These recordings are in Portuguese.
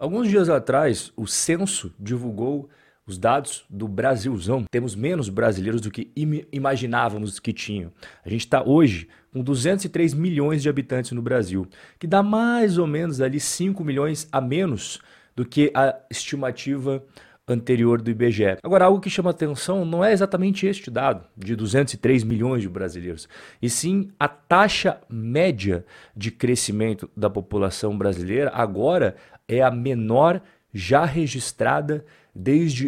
Alguns dias atrás, o Censo divulgou os dados do Brasilzão. Temos menos brasileiros do que imaginávamos que tinham. A gente está hoje com 203 milhões de habitantes no Brasil, que dá mais ou menos ali 5 milhões a menos do que a estimativa anterior do IBGE. Agora, algo que chama atenção não é exatamente este dado, de 203 milhões de brasileiros, e sim a taxa média de crescimento da população brasileira agora é a menor já registrada desde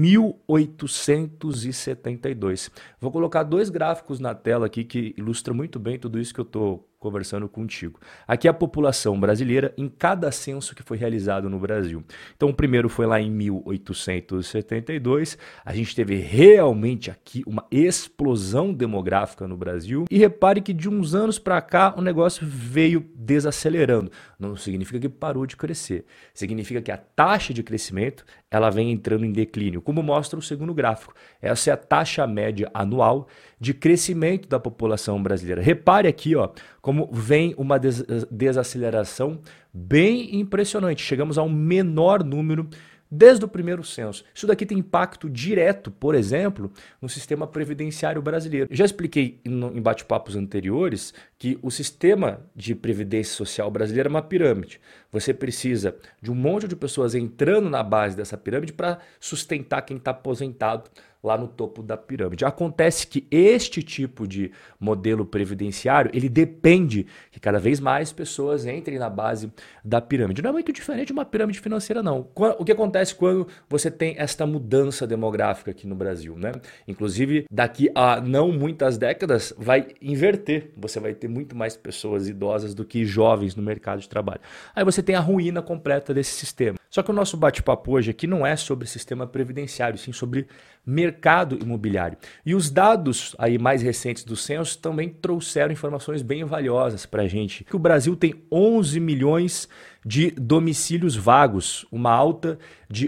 1872. Vou colocar dois gráficos na tela aqui que ilustram muito bem tudo isso que eu estou conversando contigo. Aqui é a população brasileira em cada censo que foi realizado no Brasil. Então o primeiro foi lá em 1872, a gente teve realmente aqui uma explosão demográfica no Brasil e repare que de uns anos para cá o negócio veio desacelerando. Não significa que parou de crescer, significa que a taxa de crescimento ela vem entrando em declínio, como mostra o segundo gráfico. Essa é a taxa média anual de crescimento da população brasileira. Repare aqui, ó, como vem uma desaceleração bem impressionante. Chegamos a um menor número desde o primeiro censo. Isso daqui tem impacto direto, por exemplo, no sistema previdenciário brasileiro. Eu já expliquei em bate-papos anteriores que o sistema de previdência social brasileiro é uma pirâmide. Você precisa de um monte de pessoas entrando na base dessa pirâmide para sustentar quem está aposentado lá no topo da pirâmide. Acontece que este tipo de modelo previdenciário, ele depende que cada vez mais pessoas entrem na base da pirâmide. Não é muito diferente de uma pirâmide financeira, não. O que acontece quando você tem esta mudança demográfica aqui no Brasil, né? Inclusive, daqui a não muitas décadas, vai inverter. Você vai ter muito mais pessoas idosas do que jovens no mercado de trabalho. Aí você tem a ruína completa desse sistema. Só que o nosso bate-papo hoje aqui não é sobre sistema previdenciário, sim sobre mercado imobiliário. E os dados aí mais recentes do censo também trouxeram informações bem valiosas para a gente. Que o Brasil tem 11 milhões de domicílios vagos, uma alta de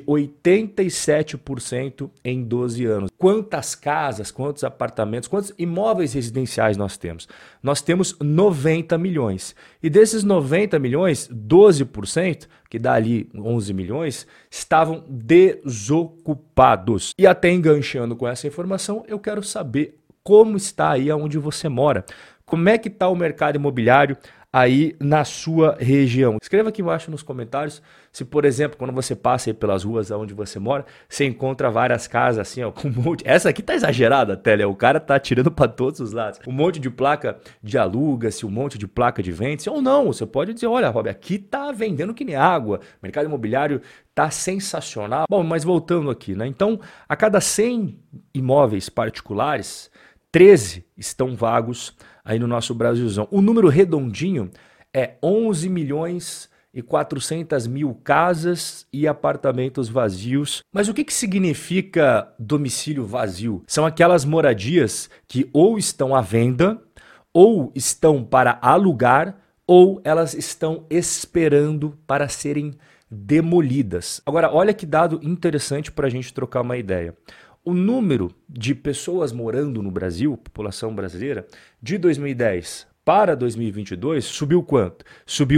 87% em 12 anos. Quantas casas, quantos apartamentos, quantos imóveis residenciais nós temos? Nós temos 90 milhões. E desses 90 milhões, 12%, que dá ali 11 milhões, estavam desocupados. E até enganchando com essa informação, eu quero saber como está aí onde você mora. Como é que está o mercado imobiliário aí na sua região? Escreva aqui embaixo nos comentários se, por exemplo, quando você passa aí pelas ruas onde você mora, você encontra várias casas assim, ó, com um monte... Essa aqui tá exagerada até, né? O cara tá tirando para todos os lados. Um monte de placa de aluga-se, um monte de placa de vende-se, ou não, você pode dizer, olha, Rob, aqui tá vendendo que nem água, o mercado imobiliário tá sensacional. Bom, mas voltando aqui, né? Então, a cada 100 imóveis particulares, 13 estão vagos aí no nosso Brasilzão. O número redondinho é 11 milhões e 400 mil casas e apartamentos vazios. Mas o que significa domicílio vazio? São aquelas moradias que ou estão à venda, ou estão para alugar, ou elas estão esperando para serem demolidas. Agora, olha que dado interessante para a gente trocar uma ideia. O número de pessoas morando no Brasil, população brasileira, de 2010 para 2022, subiu quanto? Subiu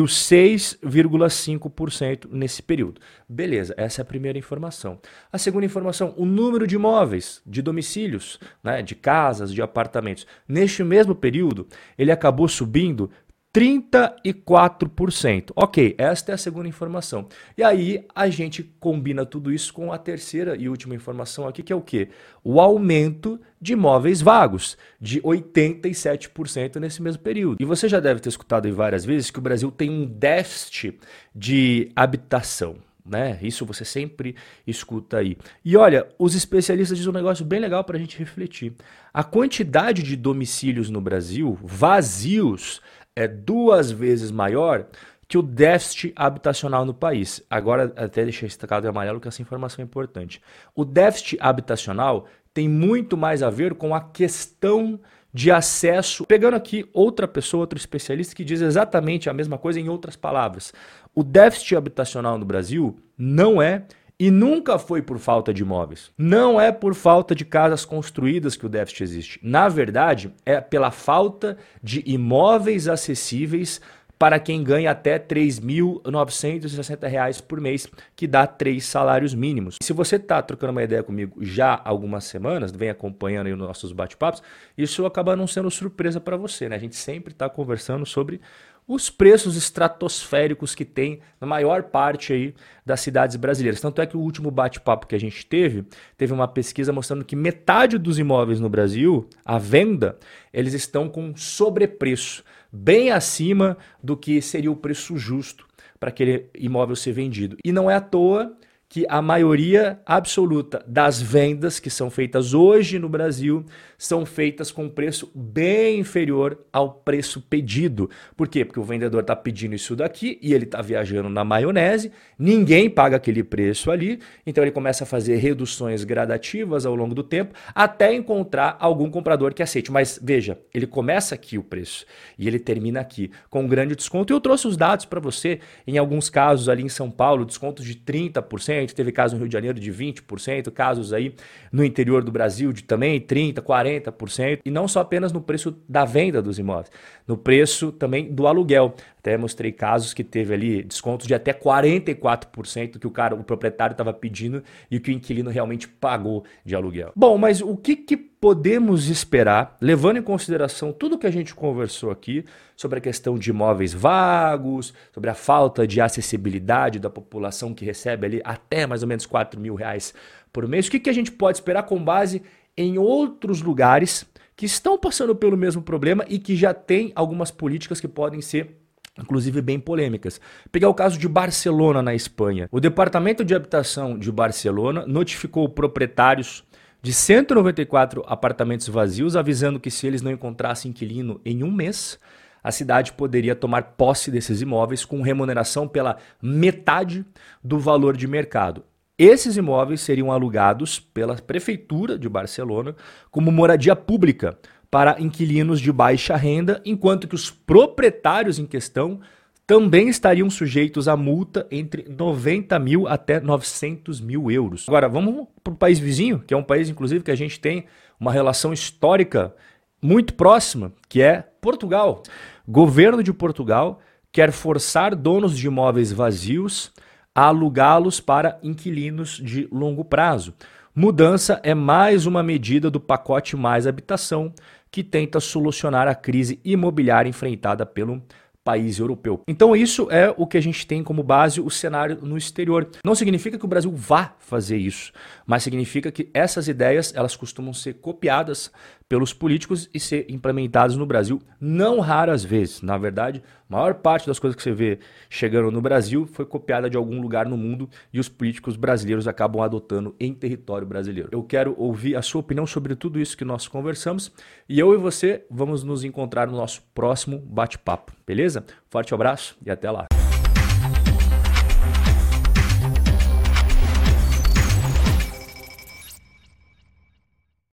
6,5% nesse período. Beleza, essa é a primeira informação. A segunda informação, o número de imóveis, de domicílios, né, de casas, de apartamentos. Neste mesmo período, ele acabou subindo 34%. Ok, esta é a segunda informação. E aí a gente combina tudo isso com a terceira e última informação aqui, que é o quê? O aumento de imóveis vagos, de 87% nesse mesmo período. E você já deve ter escutado aí várias vezes que o Brasil tem um déficit de habitação, né? Isso você sempre escuta aí. E olha, os especialistas dizem um negócio bem legal para a gente refletir. A quantidade de domicílios no Brasil vazios é 2 vezes maior que o déficit habitacional no país. Agora, até deixei destacado em amarelo que essa informação é importante. O déficit habitacional tem muito mais a ver com a questão de acesso. Pegando aqui outra pessoa, outro especialista que diz exatamente a mesma coisa em outras palavras. O déficit habitacional no Brasil não é e nunca foi por falta de imóveis. Não é por falta de casas construídas que o déficit existe. Na verdade, é pela falta de imóveis acessíveis para quem ganha até R$ 3.960 por mês, que dá 3 salários mínimos. Se você está trocando uma ideia comigo já há algumas semanas, vem acompanhando aí os nossos bate-papos, isso acaba não sendo surpresa para você, né? A gente sempre está conversando sobre os preços estratosféricos que tem na maior parte aí das cidades brasileiras. Tanto é que o último bate-papo que a gente teve uma pesquisa mostrando que metade dos imóveis no Brasil, à venda, eles estão com sobrepreço, bem acima do que seria o preço justo para aquele imóvel ser vendido. E não é à toa que a maioria absoluta das vendas que são feitas hoje no Brasil são feitas com preço bem inferior ao preço pedido. Por quê? Porque o vendedor está pedindo isso daqui e ele está viajando na maionese, ninguém paga aquele preço ali, então ele começa a fazer reduções gradativas ao longo do tempo até encontrar algum comprador que aceite. Mas veja, ele começa aqui o preço e ele termina aqui com um grande desconto. E eu trouxe os dados para você, em alguns casos ali em São Paulo, descontos de 30%, teve casos no Rio de Janeiro de 20%, casos aí no interior do Brasil de também 30%, 40%, e não só apenas no preço da venda dos imóveis, no preço também do aluguel. Até mostrei casos que teve ali descontos de até 44% que o proprietário estava pedindo e que o inquilino realmente pagou de aluguel. Bom, mas o que podemos esperar, levando em consideração tudo que a gente conversou aqui sobre a questão de imóveis vagos, sobre a falta de acessibilidade da população que recebe ali até mais ou menos R$4.000 por mês? O que a gente pode esperar com base em outros lugares que estão passando pelo mesmo problema e que já tem algumas políticas que podem ser inclusive bem polêmicas. Pegar o caso de Barcelona, na Espanha. O Departamento de Habitação de Barcelona notificou proprietários de 194 apartamentos vazios, avisando que se eles não encontrassem inquilino em um mês, a cidade poderia tomar posse desses imóveis com remuneração pela metade do valor de mercado. Esses imóveis seriam alugados pela Prefeitura de Barcelona como moradia pública para inquilinos de baixa renda, enquanto que os proprietários em questão também estariam sujeitos a multa entre 90 mil até 900 mil euros. Agora, vamos para o país vizinho, que é um país, inclusive, que a gente tem uma relação histórica muito próxima, que é Portugal. O governo de Portugal quer forçar donos de imóveis vazios a alugá-los para inquilinos de longo prazo. Mudança é mais uma medida do pacote Mais Habitação, que tenta solucionar a crise imobiliária enfrentada pelo país europeu. Então isso é o que a gente tem como base o cenário no exterior. Não significa que o Brasil vá fazer isso, mas significa que essas ideias elas costumam ser copiadas pelos políticos e ser implementadas no Brasil, não raras vezes. Na verdade, a maior parte das coisas que você vê chegando no Brasil foi copiada de algum lugar no mundo e os políticos brasileiros acabam adotando em território brasileiro. Eu quero ouvir a sua opinião sobre tudo isso que nós conversamos e eu e você vamos nos encontrar no nosso próximo bate-papo, beleza? Forte abraço e até lá.